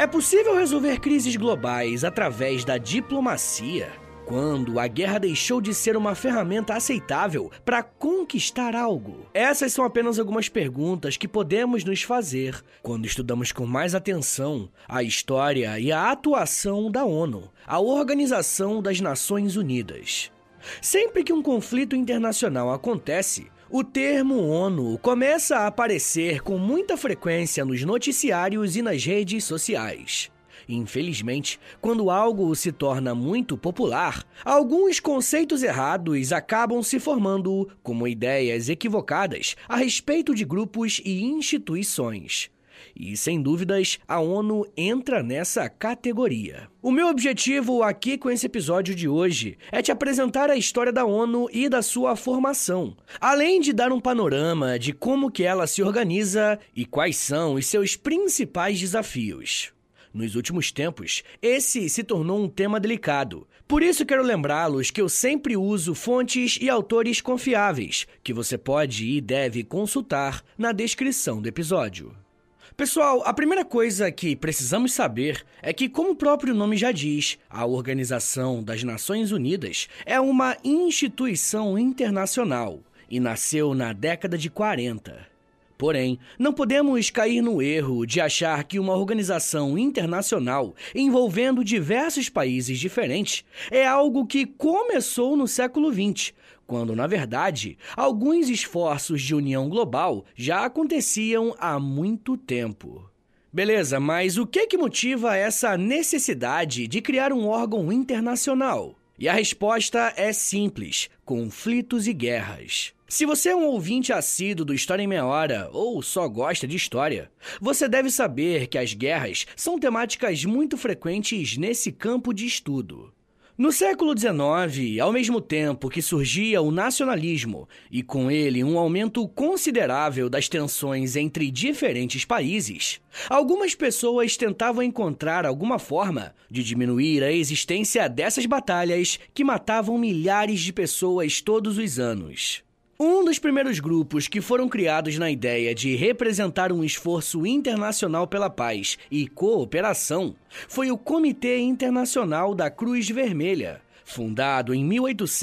É possível resolver crises globais através da diplomacia? Quando a guerra deixou de ser uma ferramenta aceitável para conquistar algo? Essas são apenas algumas perguntas que podemos nos fazer quando estudamos com mais atenção a história e a atuação da ONU, a Organização das Nações Unidas. Sempre que um conflito internacional acontece, o termo ONU começa a aparecer com muita frequência nos noticiários e nas redes sociais. Infelizmente, quando algo se torna muito popular, alguns conceitos errados acabam se formando como ideias equivocadas a respeito de grupos e instituições. E, sem dúvidas, a ONU entra nessa categoria. O meu objetivo aqui com esse episódio de hoje é te apresentar a história da ONU e da sua formação, além de dar um panorama de como que ela se organiza e quais são os seus principais desafios. Nos últimos tempos, esse se tornou um tema delicado. Por isso quero lembrá-los que eu sempre uso fontes e autores confiáveis, que você pode e deve consultar na descrição do episódio. Pessoal, a primeira coisa que precisamos saber é que, como o próprio nome já diz, a Organização das Nações Unidas é uma instituição internacional e nasceu na década de 40. Porém, não podemos cair no erro de achar que uma organização internacional envolvendo diversos países diferentes é algo que começou no século XX, quando, na verdade, alguns esforços de união global já aconteciam há muito tempo. Beleza, mas o que motiva essa necessidade de criar um órgão internacional? E a resposta é simples: conflitos e guerras. Se você é um ouvinte assíduo do História em Meia Hora ou só gosta de história, você deve saber que as guerras são temáticas muito frequentes nesse campo de estudo. No século XIX, ao mesmo tempo que surgia o nacionalismo e com ele um aumento considerável das tensões entre diferentes países, algumas pessoas tentavam encontrar alguma forma de diminuir a existência dessas batalhas que matavam milhares de pessoas todos os anos. Um dos primeiros grupos que foram criados na ideia de representar um esforço internacional pela paz e cooperação foi o Comitê Internacional da Cruz Vermelha, fundado em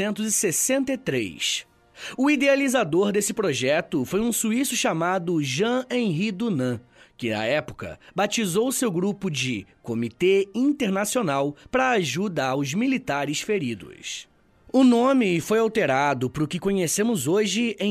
1863. O idealizador desse projeto foi um suíço chamado Jean-Henri Dunant, que à época batizou seu grupo de Comitê Internacional para ajuda aos militares feridos. O nome foi alterado para o que conhecemos hoje em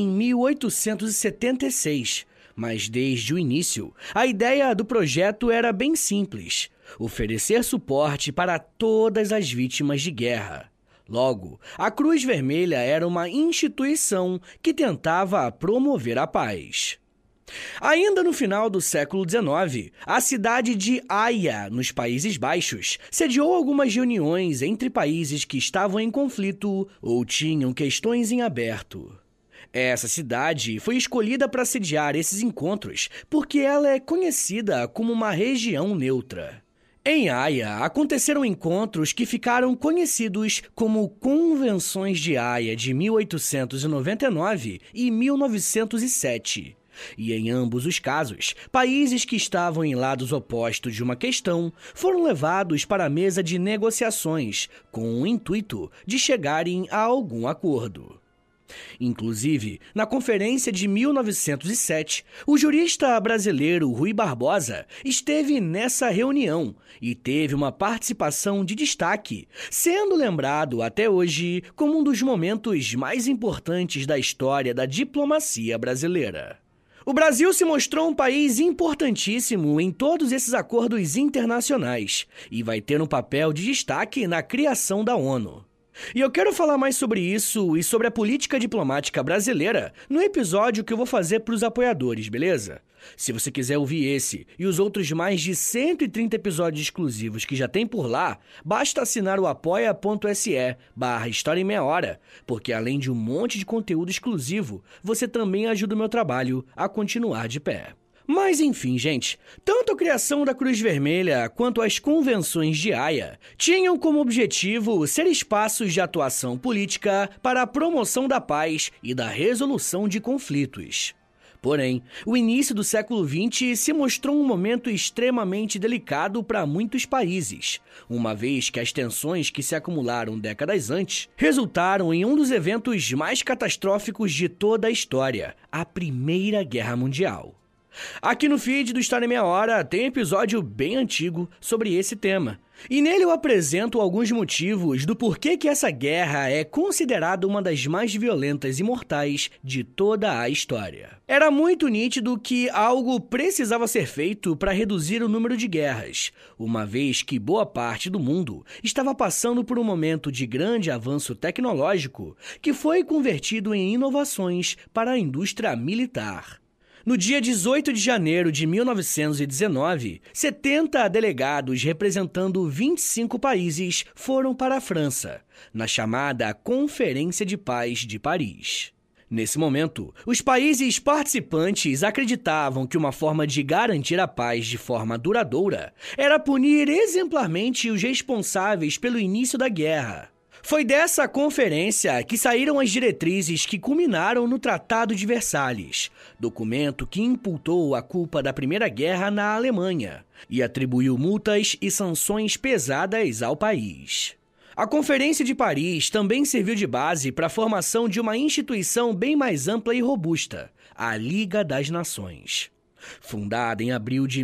1876, mas desde o início, a ideia do projeto era bem simples: oferecer suporte para todas as vítimas de guerra. Logo, a Cruz Vermelha era uma instituição que tentava promover a paz. Ainda no final do século XIX, a cidade de Haia, nos Países Baixos, sediou algumas reuniões entre países que estavam em conflito ou tinham questões em aberto. Essa cidade foi escolhida para sediar esses encontros porque ela é conhecida como uma região neutra. Em Haia, aconteceram encontros que ficaram conhecidos como Convenções de Haia de 1899 e 1907. E em ambos os casos, países que estavam em lados opostos de uma questão foram levados para a mesa de negociações com o intuito de chegarem a algum acordo. Inclusive, na conferência de 1907, o jurista brasileiro Rui Barbosa esteve nessa reunião e teve uma participação de destaque, sendo lembrado até hoje como um dos momentos mais importantes da história da diplomacia brasileira. O Brasil se mostrou um país importantíssimo em todos esses acordos internacionais e vai ter um papel de destaque na criação da ONU. E eu quero falar mais sobre isso e sobre a política diplomática brasileira no episódio que eu vou fazer para os apoiadores, beleza? Se você quiser ouvir esse e os outros mais de 130 episódios exclusivos que já tem por lá, basta assinar o apoia.se/História em Meia Hora, porque além de um monte de conteúdo exclusivo, você também ajuda o meu trabalho a continuar de pé. Mas enfim, gente, tanto a criação da Cruz Vermelha quanto as convenções de Haia tinham como objetivo ser espaços de atuação política para a promoção da paz e da resolução de conflitos. Porém, o início do século XX se mostrou um momento extremamente delicado para muitos países, uma vez que as tensões que se acumularam décadas antes resultaram em um dos eventos mais catastróficos de toda a história, a Primeira Guerra Mundial. Aqui no feed do História em Meia Hora tem um episódio bem antigo sobre esse tema. E nele eu apresento alguns motivos do porquê que essa guerra é considerada uma das mais violentas e mortais de toda a história. Era muito nítido que algo precisava ser feito para reduzir o número de guerras, uma vez que boa parte do mundo estava passando por um momento de grande avanço tecnológico que foi convertido em inovações para a indústria militar. No dia 18 de janeiro de 1919, 70 delegados representando 25 países foram para a França, na chamada Conferência de Paz de Paris. Nesse momento, os países participantes acreditavam que uma forma de garantir a paz de forma duradoura era punir exemplarmente os responsáveis pelo início da guerra. Foi dessa conferência que saíram as diretrizes que culminaram no Tratado de Versalhes, documento que imputou a culpa da Primeira Guerra na Alemanha e atribuiu multas e sanções pesadas ao país. A Conferência de Paris também serviu de base para a formação de uma instituição bem mais ampla e robusta, a Liga das Nações. Fundada em abril de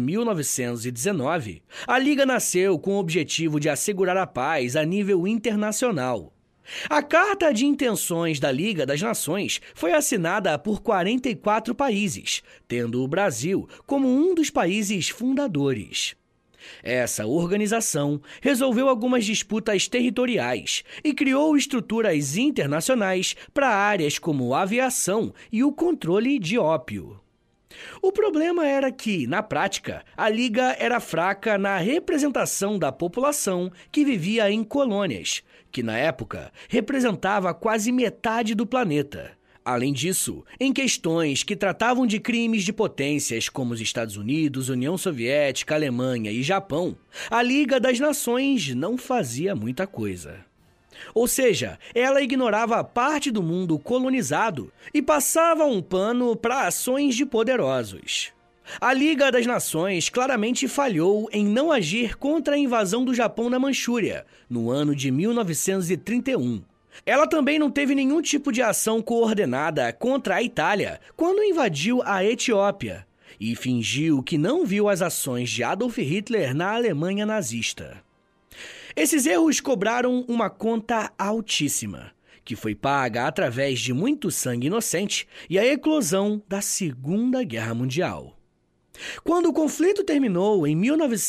1919, a Liga nasceu com o objetivo de assegurar a paz a nível internacional. A Carta de Intenções da Liga das Nações foi assinada por 44 países, tendo o Brasil como um dos países fundadores. Essa organização resolveu algumas disputas territoriais e criou estruturas internacionais para áreas como a aviação e o controle de ópio. O problema era que, na prática, a Liga era fraca na representação da população que vivia em colônias, que na época representava quase metade do planeta. Além disso, em questões que tratavam de crimes de potências como os Estados Unidos, União Soviética, Alemanha e Japão, a Liga das Nações não fazia muita coisa. Ou seja, ela ignorava parte do mundo colonizado e passava um pano para ações de poderosos. A Liga das Nações claramente falhou em não agir contra a invasão do Japão na Manchúria, no ano de 1931. Ela também não teve nenhum tipo de ação coordenada contra a Itália quando invadiu a Etiópia, e fingiu que não viu as ações de Adolf Hitler na Alemanha nazista. Esses erros cobraram uma conta altíssima, que foi paga através de muito sangue inocente e a eclosão da Segunda Guerra Mundial. Quando o conflito terminou em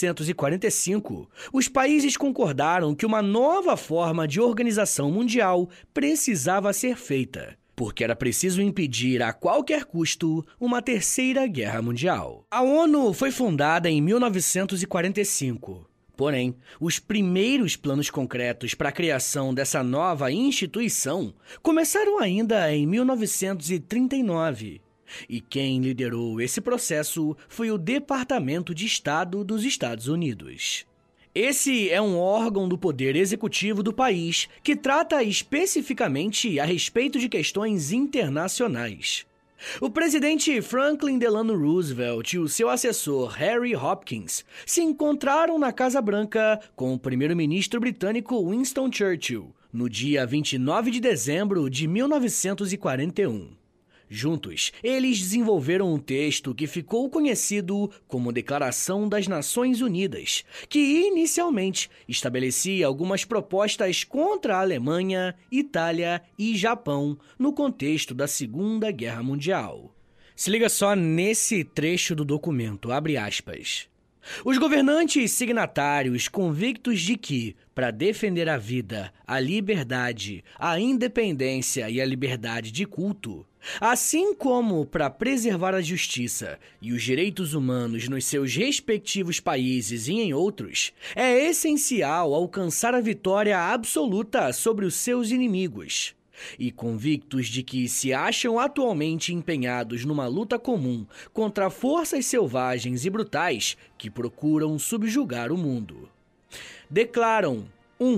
1945, os países concordaram que uma nova forma de organização mundial precisava ser feita, porque era preciso impedir a qualquer custo uma terceira guerra mundial. A ONU foi fundada em 1945. Porém, os primeiros planos concretos para a criação dessa nova instituição começaram ainda em 1939. E quem liderou esse processo foi o Departamento de Estado dos Estados Unidos. Esse é um órgão do poder executivo do país que trata especificamente a respeito de questões internacionais. O presidente Franklin Delano Roosevelt e o seu assessor Harry Hopkins se encontraram na Casa Branca com o primeiro-ministro britânico Winston Churchill no dia 29 de dezembro de 1941. Juntos, eles desenvolveram um texto que ficou conhecido como Declaração das Nações Unidas, que inicialmente estabelecia algumas propostas contra a Alemanha, Itália e Japão no contexto da Segunda Guerra Mundial. Se liga só nesse trecho do documento, abre aspas. Os governantes signatários convictos de que, para defender a vida, a liberdade, a independência e a liberdade de culto, assim como para preservar a justiça e os direitos humanos nos seus respectivos países e em outros, é essencial alcançar a vitória absoluta sobre os seus inimigos. E convictos de que se acham atualmente empenhados numa luta comum contra forças selvagens e brutais que procuram subjugar o mundo. Declaram 1.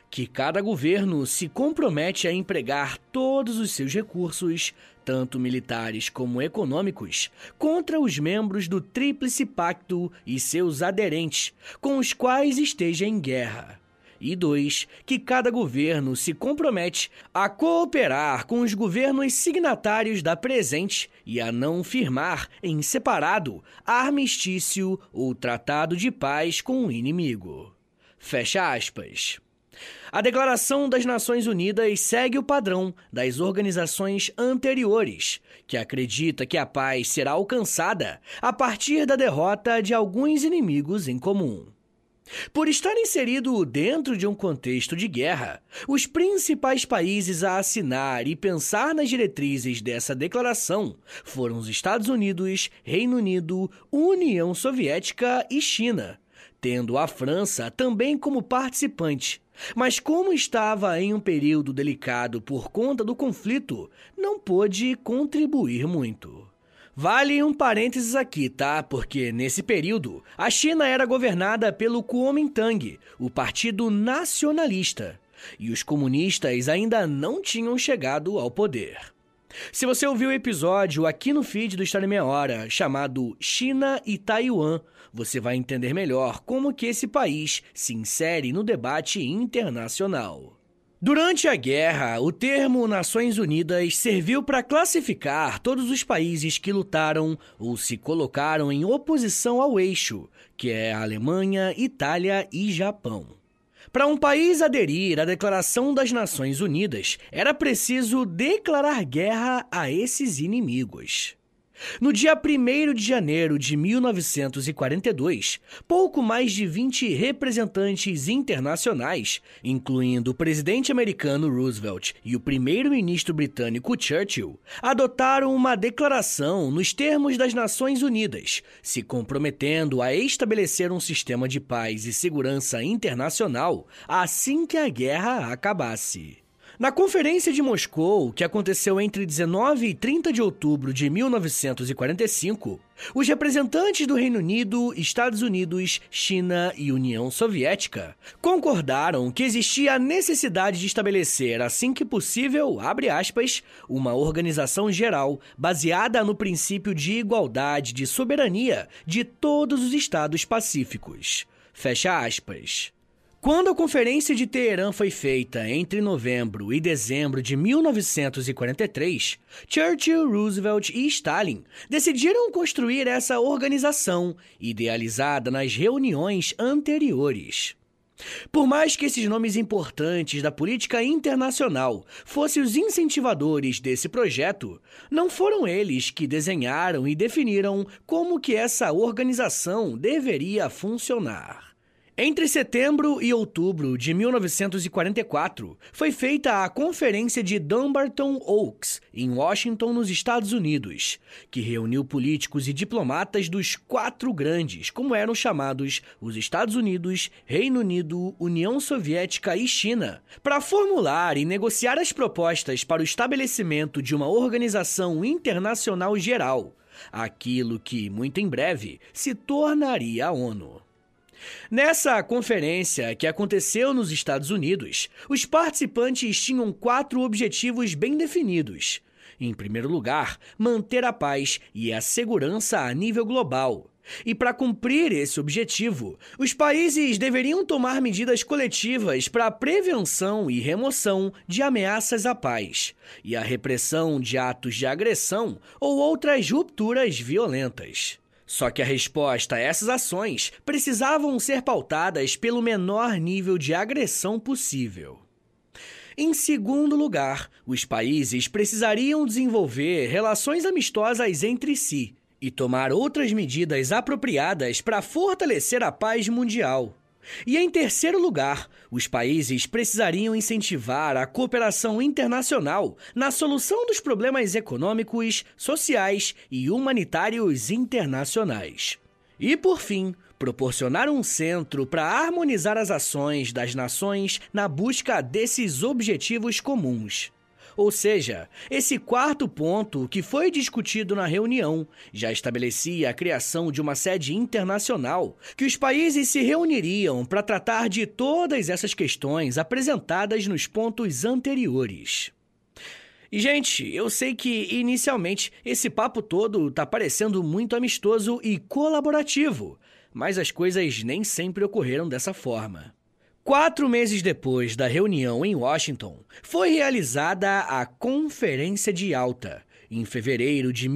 que cada governo se compromete a empregar todos os seus recursos, tanto militares como econômicos, contra os membros do Tríplice Pacto e seus aderentes, com os quais esteja em guerra. E 2, que cada governo se compromete a cooperar com os governos signatários da presente e a não firmar em separado armistício ou tratado de paz com o inimigo. Fecha aspas. A Declaração das Nações Unidas segue o padrão das organizações anteriores, que acredita que a paz será alcançada a partir da derrota de alguns inimigos em comum. Por estar inserido dentro de um contexto de guerra, os principais países a assinar e pensar nas diretrizes dessa declaração foram os Estados Unidos, Reino Unido, União Soviética e China, tendo a França também como participante. Mas como estava em um período delicado por conta do conflito, não pôde contribuir muito. Vale um parênteses aqui, tá? Porque nesse período, a China era governada pelo Kuomintang, o Partido Nacionalista, e os comunistas ainda não tinham chegado ao poder. Se você ouviu o episódio aqui no feed do História em Meia Hora, chamado China e Taiwan, você vai entender melhor como que esse país se insere no debate internacional. Durante a guerra, o termo Nações Unidas serviu para classificar todos os países que lutaram ou se colocaram em oposição ao eixo, que é a Alemanha, Itália e Japão. Para um país aderir à Declaração das Nações Unidas, era preciso declarar guerra a esses inimigos. No dia 1º de janeiro de 1942, pouco mais de 20 representantes internacionais, incluindo o presidente americano Roosevelt e o primeiro-ministro britânico Churchill, adotaram uma declaração nos termos das Nações Unidas, se comprometendo a estabelecer um sistema de paz e segurança internacional assim que a guerra acabasse. Na Conferência de Moscou, que aconteceu entre 19 e 30 de outubro de 1945, os representantes do Reino Unido, Estados Unidos, China e União Soviética concordaram que existia a necessidade de estabelecer, assim que possível, abre aspas, uma organização geral baseada no princípio de igualdade de soberania de todos os estados pacíficos. Fecha aspas. Quando a Conferência de Teherã foi feita entre novembro e dezembro de 1943, Churchill, Roosevelt e Stalin decidiram construir essa organização, idealizada nas reuniões anteriores. Por mais que esses nomes importantes da política internacional fossem os incentivadores desse projeto, não foram eles que desenharam e definiram como que essa organização deveria funcionar. Entre setembro e outubro de 1944, foi feita a Conferência de Dumbarton Oaks, em Washington, nos Estados Unidos, que reuniu políticos e diplomatas dos 4 grandes, como eram chamados os Estados Unidos, Reino Unido, União Soviética e China, para formular e negociar as propostas para o estabelecimento de uma organização internacional geral, aquilo que, muito em breve, se tornaria a ONU. Nessa conferência, que aconteceu nos Estados Unidos, os participantes tinham 4 objetivos bem definidos. Em primeiro lugar, manter a paz e a segurança a nível global. E para cumprir esse objetivo, os países deveriam tomar medidas coletivas para a prevenção e remoção de ameaças à paz e a repressão de atos de agressão ou outras rupturas violentas. Só que a resposta a essas ações precisavam ser pautadas pelo menor nível de agressão possível. Em segundo lugar, os países precisariam desenvolver relações amistosas entre si e tomar outras medidas apropriadas para fortalecer a paz mundial. E em terceiro lugar, os países precisariam incentivar a cooperação internacional na solução dos problemas econômicos, sociais e humanitários internacionais. E, por fim, proporcionar um centro para harmonizar as ações das nações na busca desses objetivos comuns. Ou seja, esse quarto ponto que foi discutido na reunião já estabelecia a criação de uma sede internacional, que os países se reuniriam para tratar de todas essas questões apresentadas nos pontos anteriores. E, gente, eu sei que, inicialmente, esse papo todo tá parecendo muito amistoso e colaborativo, mas as coisas nem sempre ocorreram dessa forma. 4 meses depois da reunião em Washington, foi realizada a Conferência de Yalta, em fevereiro de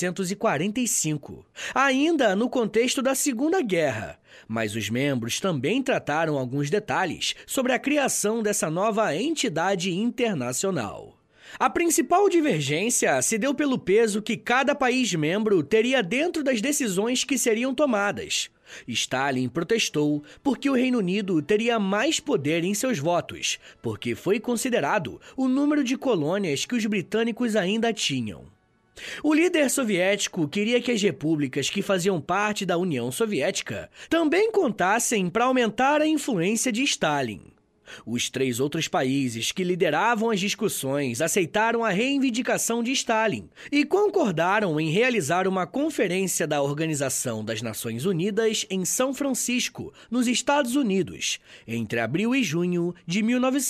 1945, ainda no contexto da Segunda Guerra, mas os membros também trataram alguns detalhes sobre a criação dessa nova entidade internacional. A principal divergência se deu pelo peso que cada país membro teria dentro das decisões que seriam tomadas. Stalin protestou porque o Reino Unido teria mais poder em seus votos, porque foi considerado o número de colônias que os britânicos ainda tinham. O líder soviético queria que as repúblicas que faziam parte da União Soviética também contassem para aumentar a influência de Stalin. Os 3 outros países que lideravam as discussões aceitaram a reivindicação de Stalin e concordaram em realizar uma conferência da Organização das Nações Unidas em São Francisco, nos Estados Unidos, entre abril e junho de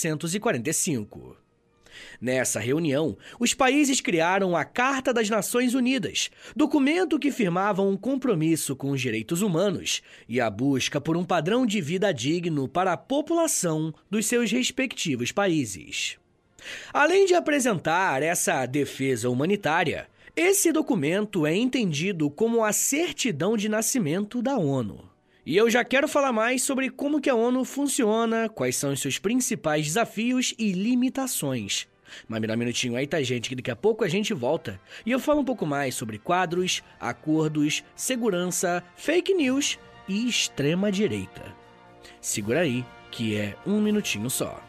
1945. Nessa reunião, os países criaram a Carta das Nações Unidas, documento que firmava um compromisso com os direitos humanos e a busca por um padrão de vida digno para a população dos seus respectivos países. Além de apresentar essa defesa humanitária, esse documento é entendido como a certidão de nascimento da ONU. E eu já quero falar mais sobre como que a ONU funciona, quais são os seus principais desafios e limitações. Mas me dá um minutinho aí, tá, gente, que daqui a pouco a gente volta. E eu falo um pouco mais sobre quadros, acordos, segurança, fake news e extrema-direita. Segura aí, que é um minutinho só.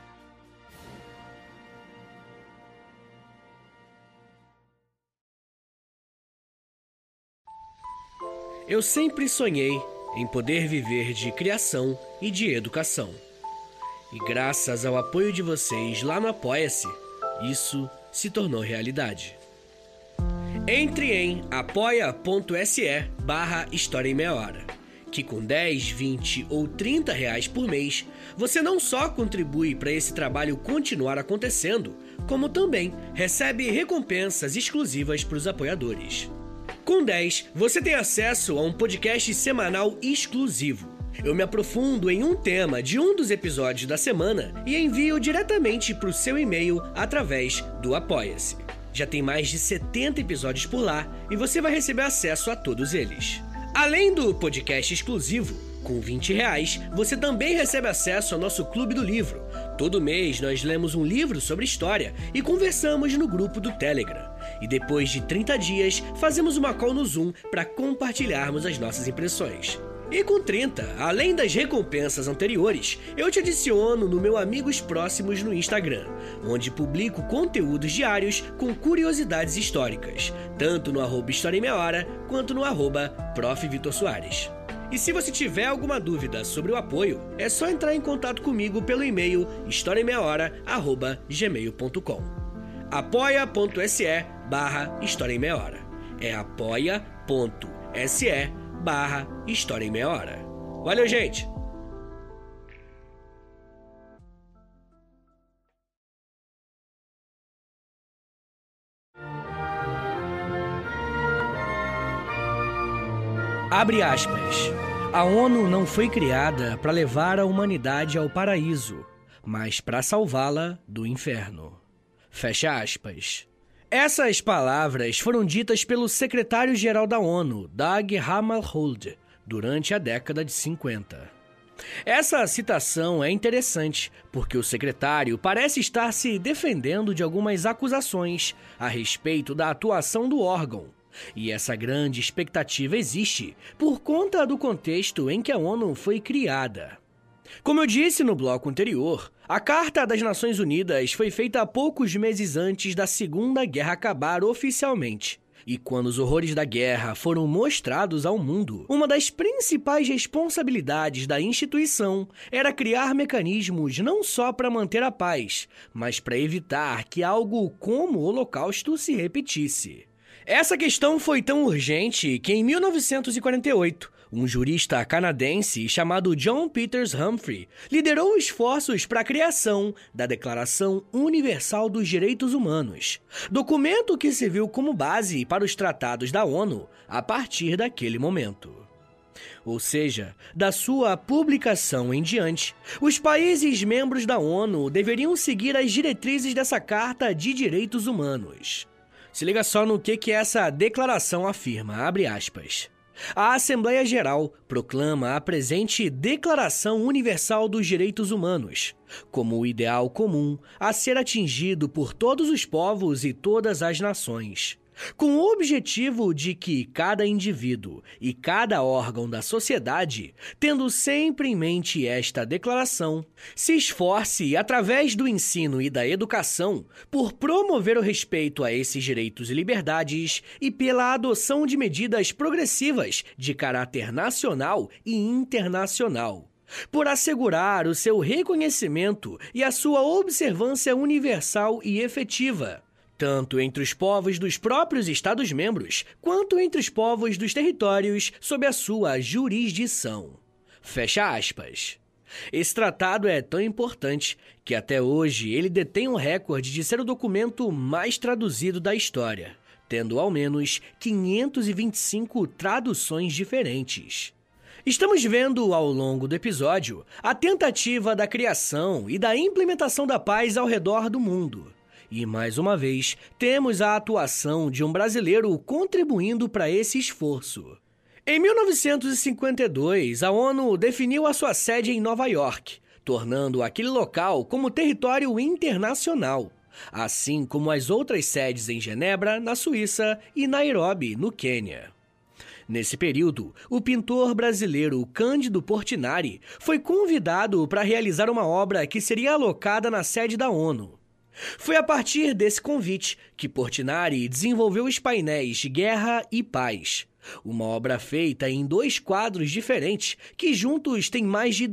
Eu sempre sonhei em poder viver de criação e de educação. E graças ao apoio de vocês lá no Apoia-se, isso se tornou realidade. Entre em apoia.se/História em Meia Hora, que com 10, 20 ou 30 reais por mês, você não só contribui para esse trabalho continuar acontecendo, como também recebe recompensas exclusivas para os apoiadores. Com 10, você tem acesso a um podcast semanal exclusivo. Eu me aprofundo em um tema de um dos episódios da semana e envio diretamente para o seu e-mail através do Apoia-se. Já tem mais de 70 episódios por lá e você vai receber acesso a todos eles. Além do podcast exclusivo, com 20 reais, você também recebe acesso ao nosso Clube do Livro. Todo mês nós lemos um livro sobre história e conversamos no grupo do Telegram. E depois de 30 dias, fazemos uma call no Zoom para compartilharmos as nossas impressões. E com 30, além das recompensas anteriores, eu te adiciono no meu Amigos Próximos no Instagram, onde publico conteúdos diários com curiosidades históricas, tanto no @História em Meia Hora, quanto no @Prof. Vitor Soares. E se você tiver alguma dúvida sobre o apoio, é só entrar em contato comigo pelo e-mail historiaemmeiahora@gmail.com. apoia.se/História em Meia Hora. É apoia.se/História em Meia Hora. Valeu, gente! Abre aspas. A ONU não foi criada para levar a humanidade ao paraíso, mas para salvá-la do inferno. Fecha aspas. Essas palavras foram ditas pelo secretário-geral da ONU, Dag Hammarskjöld, durante a década de 50. Essa citação é interessante, porque o secretário parece estar se defendendo de algumas acusações a respeito da atuação do órgão. E essa grande expectativa existe por conta do contexto em que a ONU foi criada. Como eu disse no bloco anterior, a Carta das Nações Unidas foi feita poucos meses antes da Segunda Guerra acabar oficialmente. E quando os horrores da guerra foram mostrados ao mundo, uma das principais responsabilidades da instituição era criar mecanismos não só para manter a paz, mas para evitar que algo como o Holocausto se repetisse. Essa questão foi tão urgente que, em 1948, um jurista canadense chamado John Peters Humphrey liderou esforços para a criação da Declaração Universal dos Direitos Humanos, documento que serviu como base para os tratados da ONU a partir daquele momento. Ou seja, da sua publicação em diante, os países membros da ONU deveriam seguir as diretrizes dessa Carta de Direitos Humanos. Se liga só no que essa declaração afirma, abre aspas. A Assembleia Geral proclama a presente Declaração Universal dos Direitos Humanos como o ideal comum a ser atingido por todos os povos e todas as nações, com o objetivo de que cada indivíduo e cada órgão da sociedade, tendo sempre em mente esta declaração, se esforce, através do ensino e da educação, por promover o respeito a esses direitos e liberdades e pela adoção de medidas progressivas de caráter nacional e internacional, por assegurar o seu reconhecimento e a sua observância universal e efetiva, tanto entre os povos dos próprios Estados-membros, quanto entre os povos dos territórios sob a sua jurisdição. Fecha aspas. Esse tratado é tão importante que até hoje ele detém o recorde de ser o documento mais traduzido da história, tendo ao menos 525 traduções diferentes. Estamos vendo ao longo do episódio a tentativa da criação e da implementação da paz ao redor do mundo. E, mais uma vez, temos a atuação de um brasileiro contribuindo para esse esforço. Em 1952, a ONU definiu a sua sede em Nova York, tornando aquele local como território internacional, assim como as outras sedes em Genebra, na Suíça, e Nairobi, no Quênia. Nesse período, o pintor brasileiro Cândido Portinari foi convidado para realizar uma obra que seria alocada na sede da ONU. Foi a partir desse convite que Portinari desenvolveu os painéis Guerra e Paz, uma obra feita em 2 quadros diferentes que juntos têm mais de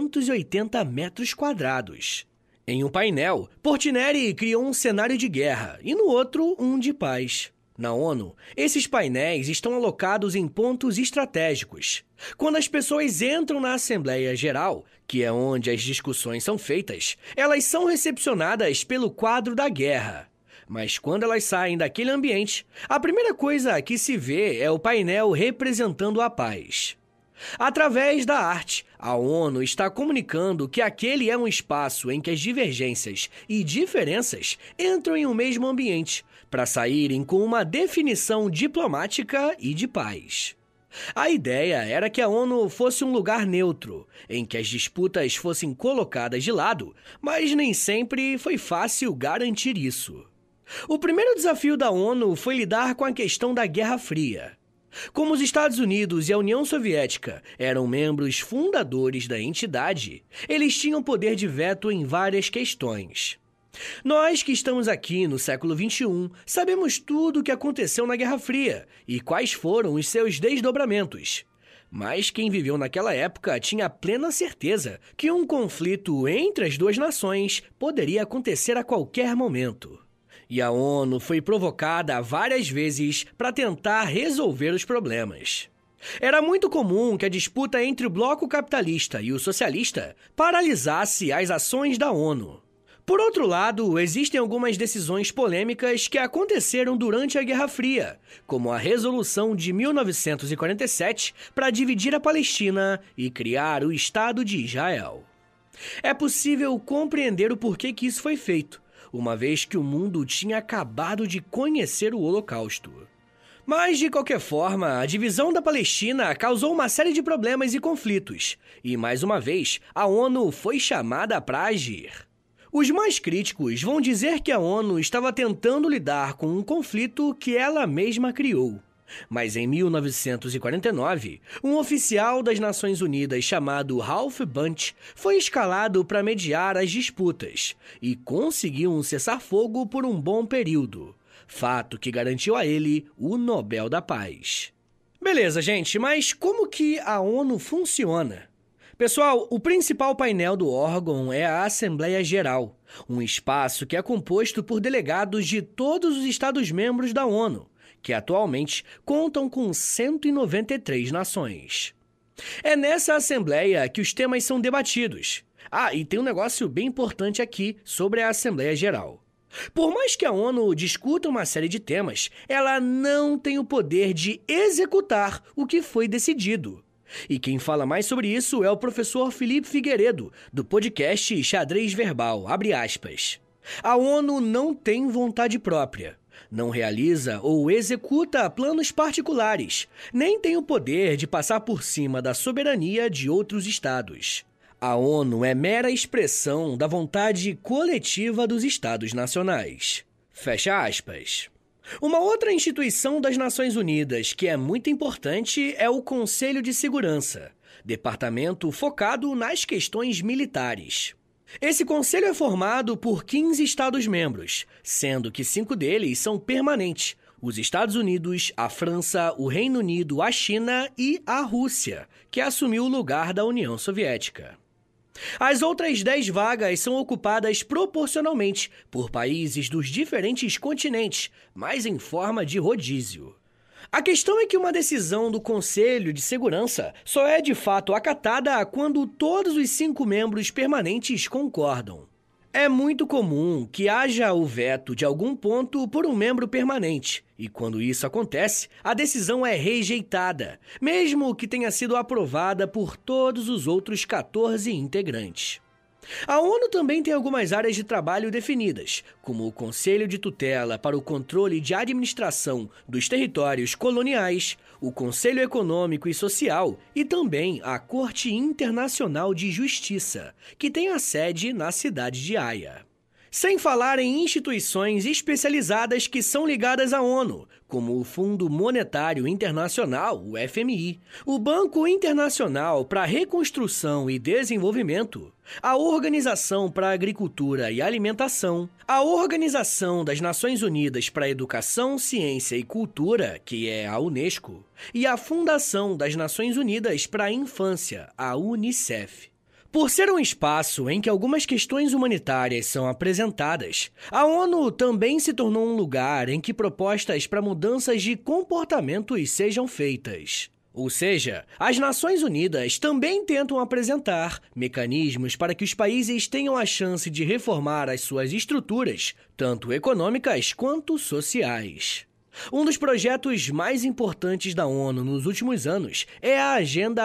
280 metros quadrados. Em um painel, Portinari criou um cenário de guerra e no outro um de paz. Na ONU, esses painéis estão alocados em pontos estratégicos. Quando as pessoas entram na Assembleia Geral, que é onde as discussões são feitas, elas são recepcionadas pelo quadro da guerra. Mas quando elas saem daquele ambiente, a primeira coisa que se vê é o painel representando a paz. Através da arte, a ONU está comunicando que aquele é um espaço em que as divergências e diferenças entram em um mesmo ambiente, para saírem com uma definição diplomática e de paz. A ideia era que a ONU fosse um lugar neutro, em que as disputas fossem colocadas de lado, mas nem sempre foi fácil garantir isso. O primeiro desafio da ONU foi lidar com a questão da Guerra Fria. Como os Estados Unidos e a União Soviética eram membros fundadores da entidade, eles tinham poder de veto em várias questões. Nós que estamos aqui no século XXI sabemos tudo o que aconteceu na Guerra Fria e quais foram os seus desdobramentos. Mas quem viveu naquela época tinha plena certeza que um conflito entre as duas nações poderia acontecer a qualquer momento. E a ONU foi provocada várias vezes para tentar resolver os problemas. Era muito comum que a disputa entre o bloco capitalista e o socialista paralisasse as ações da ONU. Por outro lado, existem algumas decisões polêmicas que aconteceram durante a Guerra Fria, como a Resolução de 1947 para dividir a Palestina e criar o Estado de Israel. É possível compreender o porquê que isso foi feito, uma vez que o mundo tinha acabado de conhecer o Holocausto. Mas, de qualquer forma, a divisão da Palestina causou uma série de problemas e conflitos, e, mais uma vez, a ONU foi chamada para agir. Os mais críticos vão dizer que a ONU estava tentando lidar com um conflito que ela mesma criou. Mas em 1949, um oficial das Nações Unidas chamado Ralph Bunche foi escalado para mediar as disputas e conseguiu um cessar-fogo por um bom período, fato que garantiu a ele o Nobel da Paz. Beleza, gente, mas como que a ONU funciona? Pessoal, o principal painel do órgão é a Assembleia Geral, um espaço que é composto por delegados de todos os Estados-membros da ONU, que atualmente contam com 193 nações. É nessa Assembleia que os temas são debatidos. E tem um negócio bem importante aqui sobre a Assembleia Geral. Por mais que a ONU discuta uma série de temas, ela não tem o poder de executar o que foi decidido. E quem fala mais sobre isso é o professor Felipe Figueiredo, do podcast Xadrez Verbal, #. A ONU não tem vontade própria, não realiza ou executa planos particulares, nem tem o poder de passar por cima da soberania de outros estados. A ONU é mera expressão da vontade coletiva dos estados nacionais. Fecha aspas. Uma outra instituição das Nações Unidas que é muito importante é o Conselho de Segurança, departamento focado nas questões militares. Esse conselho é formado por 15 Estados-membros, sendo que 5 deles são permanentes: os Estados Unidos, a França, o Reino Unido, a China e a Rússia, que assumiu o lugar da União Soviética. As outras 10 vagas são ocupadas proporcionalmente por países dos diferentes continentes, mas em forma de rodízio. A questão é que uma decisão do Conselho de Segurança só é de fato acatada quando todos os 5 membros permanentes concordam. É muito comum que haja o veto de algum ponto por um membro permanente, e quando isso acontece, a decisão é rejeitada, mesmo que tenha sido aprovada por todos os outros 14 integrantes. A ONU também tem algumas áreas de trabalho definidas, como o Conselho de Tutela para o Controle de Administração dos Territórios Coloniais, o Conselho Econômico e Social e também a Corte Internacional de Justiça, que tem a sede na cidade de Haia. Sem falar em instituições especializadas que são ligadas à ONU, como o Fundo Monetário Internacional, o FMI, o Banco Internacional para a Reconstrução e Desenvolvimento, a Organização para a Agricultura e Alimentação, a Organização das Nações Unidas para a Educação, Ciência e Cultura, que é a Unesco, e a Fundação das Nações Unidas para a Infância, a UNICEF. Por ser um espaço em que algumas questões humanitárias são apresentadas, a ONU também se tornou um lugar em que propostas para mudanças de comportamentos sejam feitas. Ou seja, as Nações Unidas também tentam apresentar mecanismos para que os países tenham a chance de reformar as suas estruturas, tanto econômicas quanto sociais. Um dos projetos mais importantes da ONU nos últimos anos é a Agenda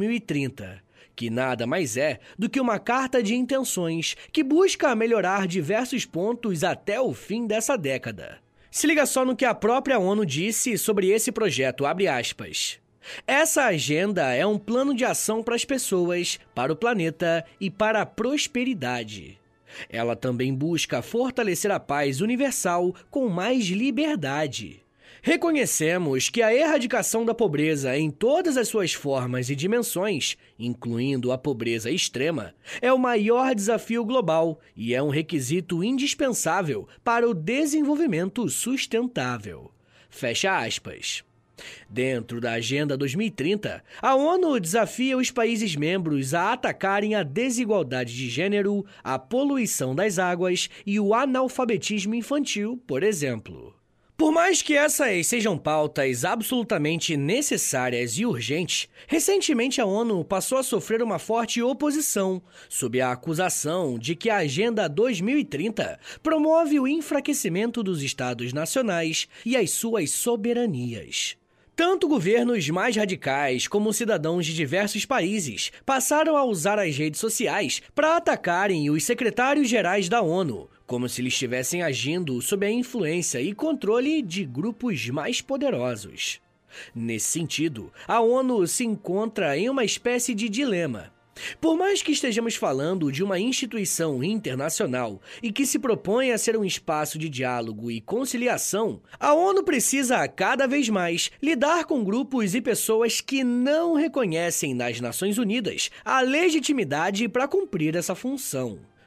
2030. Que nada mais é do que uma carta de intenções que busca melhorar diversos pontos até o fim dessa década. Se liga só no que a própria ONU disse sobre esse projeto, #. Essa agenda é um plano de ação para as pessoas, para o planeta e para a prosperidade. Ela também busca fortalecer a paz universal com mais liberdade. Reconhecemos que a erradicação da pobreza em todas as suas formas e dimensões, incluindo a pobreza extrema, é o maior desafio global e é um requisito indispensável para o desenvolvimento sustentável. Fecha aspas. Dentro da Agenda 2030, a ONU desafia os países membros a atacarem a desigualdade de gênero, a poluição das águas e o analfabetismo infantil, por exemplo. Por mais que essas sejam pautas absolutamente necessárias e urgentes, recentemente a ONU passou a sofrer uma forte oposição, sob a acusação de que a Agenda 2030 promove o enfraquecimento dos estados nacionais e as suas soberanias. Tanto governos mais radicais como cidadãos de diversos países passaram a usar as redes sociais para atacarem os secretários-gerais da ONU, como se eles estivessem agindo sob a influência e controle de grupos mais poderosos. Nesse sentido, a ONU se encontra em uma espécie de dilema. Por mais que estejamos falando de uma instituição internacional e que se propõe a ser um espaço de diálogo e conciliação, a ONU precisa cada vez mais lidar com grupos e pessoas que não reconhecem nas Nações Unidas a legitimidade para cumprir essa função.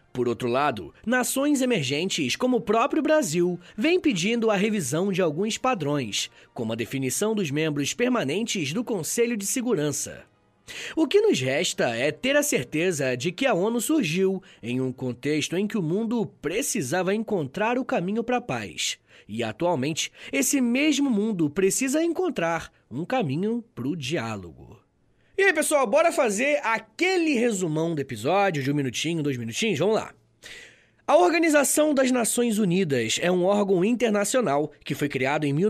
Por outro lado, nações emergentes como o próprio Brasil vêm pedindo a revisão de alguns padrões, como a definição dos membros permanentes do Conselho de Segurança. O que nos resta é ter a certeza de que a ONU surgiu em um contexto em que o mundo precisava encontrar o caminho para a paz. E atualmente, esse mesmo mundo precisa encontrar um caminho para o diálogo. E aí, pessoal, bora fazer aquele resumão do episódio de 1 minutinho, 2 minutinhos? Vamos lá. A Organização das Nações Unidas é um órgão internacional que foi criado em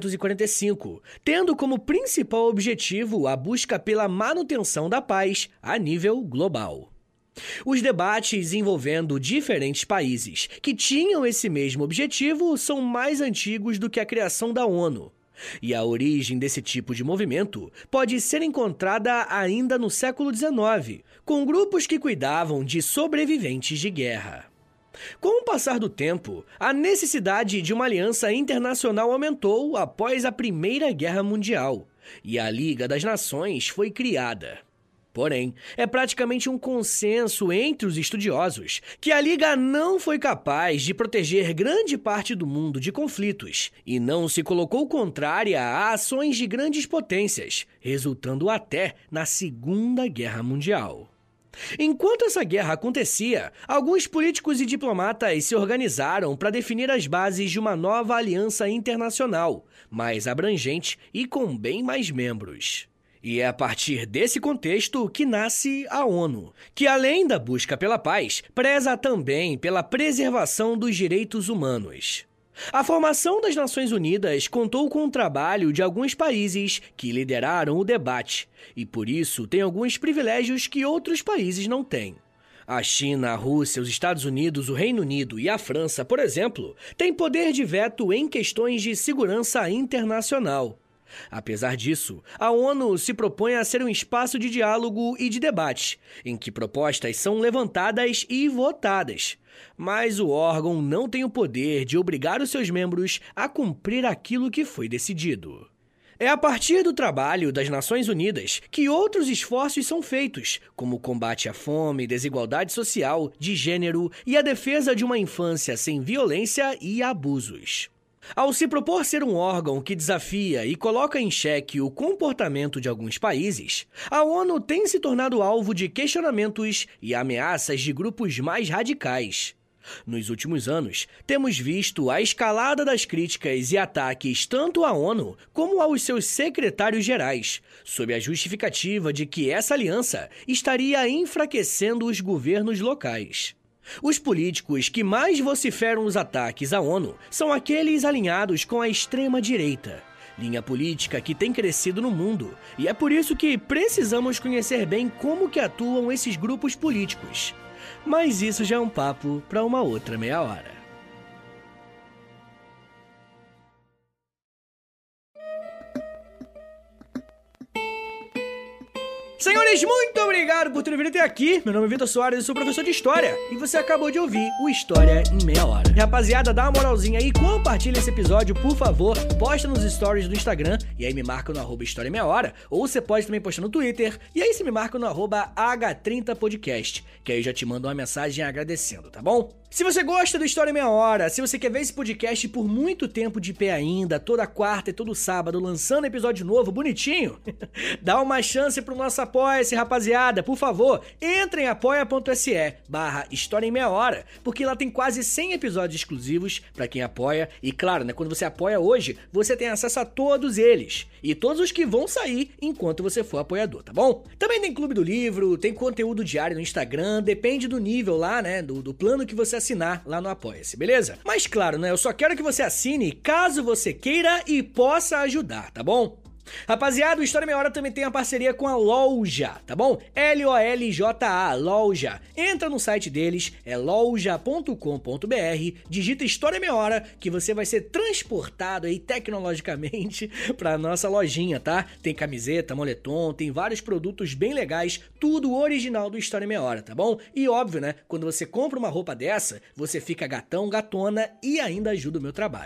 1945, tendo como principal objetivo a busca pela manutenção da paz a nível global. Os debates envolvendo diferentes países que tinham esse mesmo objetivo são mais antigos do que a criação da ONU. E a origem desse tipo de movimento pode ser encontrada ainda no século XIX, com grupos que cuidavam de sobreviventes de guerra. Com o passar do tempo, a necessidade de uma aliança internacional aumentou após a Primeira Guerra Mundial, e a Liga das Nações foi criada. Porém, é praticamente um consenso entre os estudiosos que a Liga não foi capaz de proteger grande parte do mundo de conflitos e não se colocou contrária a ações de grandes potências, resultando até na Segunda Guerra Mundial. Enquanto essa guerra acontecia, alguns políticos e diplomatas se organizaram para definir as bases de uma nova aliança internacional, mais abrangente e com bem mais membros. E é a partir desse contexto que nasce a ONU, que além da busca pela paz, preza também pela preservação dos direitos humanos. A formação das Nações Unidas contou com o trabalho de alguns países que lideraram o debate, e por isso tem alguns privilégios que outros países não têm. A China, a Rússia, os Estados Unidos, o Reino Unido e a França, por exemplo, têm poder de veto em questões de segurança internacional. Apesar disso, a ONU se propõe a ser um espaço de diálogo e de debate, em que propostas são levantadas e votadas. Mas o órgão não tem o poder de obrigar os seus membros a cumprir aquilo que foi decidido. É a partir do trabalho das Nações Unidas que outros esforços são feitos, como o combate à fome, desigualdade social, de gênero e a defesa de uma infância sem violência e abusos. Ao se propor ser um órgão que desafia e coloca em xeque o comportamento de alguns países, a ONU tem se tornado alvo de questionamentos e ameaças de grupos mais radicais. Nos últimos anos, temos visto a escalada das críticas e ataques tanto à ONU como aos seus secretários-gerais, sob a justificativa de que essa aliança estaria enfraquecendo os governos locais. Os políticos que mais vociferam os ataques à ONU são aqueles alinhados com a extrema-direita, linha política que tem crescido no mundo, e é por isso que precisamos conhecer bem como que atuam esses grupos políticos. Mas isso já é um papo para uma outra meia hora. Senhores, muito obrigado por terem vindo até aqui. Meu nome é Vitor Soares, eu sou professor de História e você acabou de ouvir o História em Meia Hora. Rapaziada, dá uma moralzinha aí, compartilha esse episódio, por favor, posta nos stories do Instagram e aí me marca no @História em Meia Hora, ou você pode também postar no Twitter e aí você me marca no @H30podcast, que aí eu já te mando uma mensagem agradecendo, tá bom? Se você gosta do História em Meia Hora, se você quer ver esse podcast por muito tempo de pé ainda, toda quarta e todo sábado, lançando episódio novo, bonitinho, dá uma chance pro nosso Apoia-se, rapaziada. Por favor, entre em apoia.se/História em Meia Hora, porque lá tem quase 100 episódios exclusivos pra quem apoia. E claro, né, quando você apoia hoje, você tem acesso a todos eles. E todos os que vão sair enquanto você for apoiador, tá bom? Também tem Clube do Livro, tem conteúdo diário no Instagram, depende do nível lá, né, do plano que você assinar lá no Apoia-se, beleza? Mas claro, né, eu só quero que você assine caso você queira e possa ajudar, tá bom? Rapaziada, o História em Meia Hora também tem a parceria com a Loja, tá bom? LOLJA, Loja. Entra no site deles, é loja.com.br, digita História em Meia Hora, que você vai ser transportado aí tecnologicamente pra nossa lojinha, tá? Tem camiseta, moletom, tem vários produtos bem legais, tudo original do História em Meia Hora, tá bom? E óbvio, né, quando você compra uma roupa dessa, você fica gatão, gatona e ainda ajuda o meu trabalho.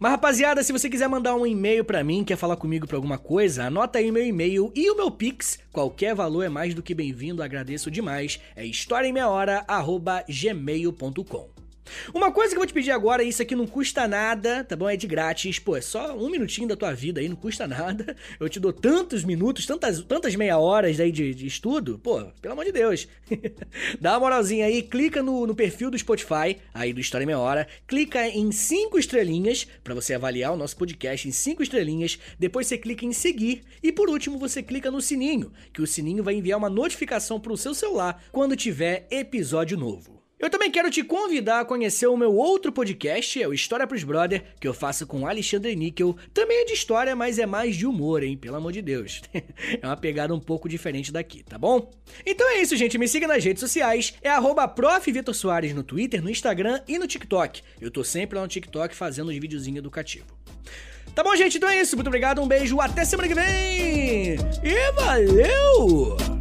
Mas rapaziada, se você quiser mandar um e-mail pra mim, quer falar comigo pra alguma coisa, anota aí meu e-mail e o meu Pix. Qualquer valor é mais do que bem-vindo, agradeço demais. É historiaemmeiahora@gmail.com. Uma coisa que eu vou te pedir agora, isso aqui não custa nada, tá bom? É de grátis, pô, é só um minutinho da tua vida aí, não custa nada. Eu te dou tantos minutos, tantas meia horas aí de estudo, pô, pelo amor de Deus. Dá uma moralzinha aí, clica no perfil do Spotify, aí do História em Meia Hora, clica em 5 estrelinhas, pra você avaliar o nosso podcast em 5 estrelinhas, depois você clica em seguir, e por último você clica no sininho, que o sininho vai enviar uma notificação pro seu celular quando tiver episódio novo. Eu também quero te convidar a conhecer o meu outro podcast, é o História pros Brother, que eu faço com Alexandre Níquel. Também é de história, mas é mais de humor, hein? Pelo amor de Deus. É uma pegada um pouco diferente daqui, tá bom? Então é isso, gente. Me siga nas redes sociais. É @ProfVitorSoares no Twitter, no Instagram e no TikTok. Eu tô sempre lá no TikTok fazendo os videozinhos educativos. Tá bom, gente? Então é isso. Muito obrigado, um beijo, até semana que vem! E valeu!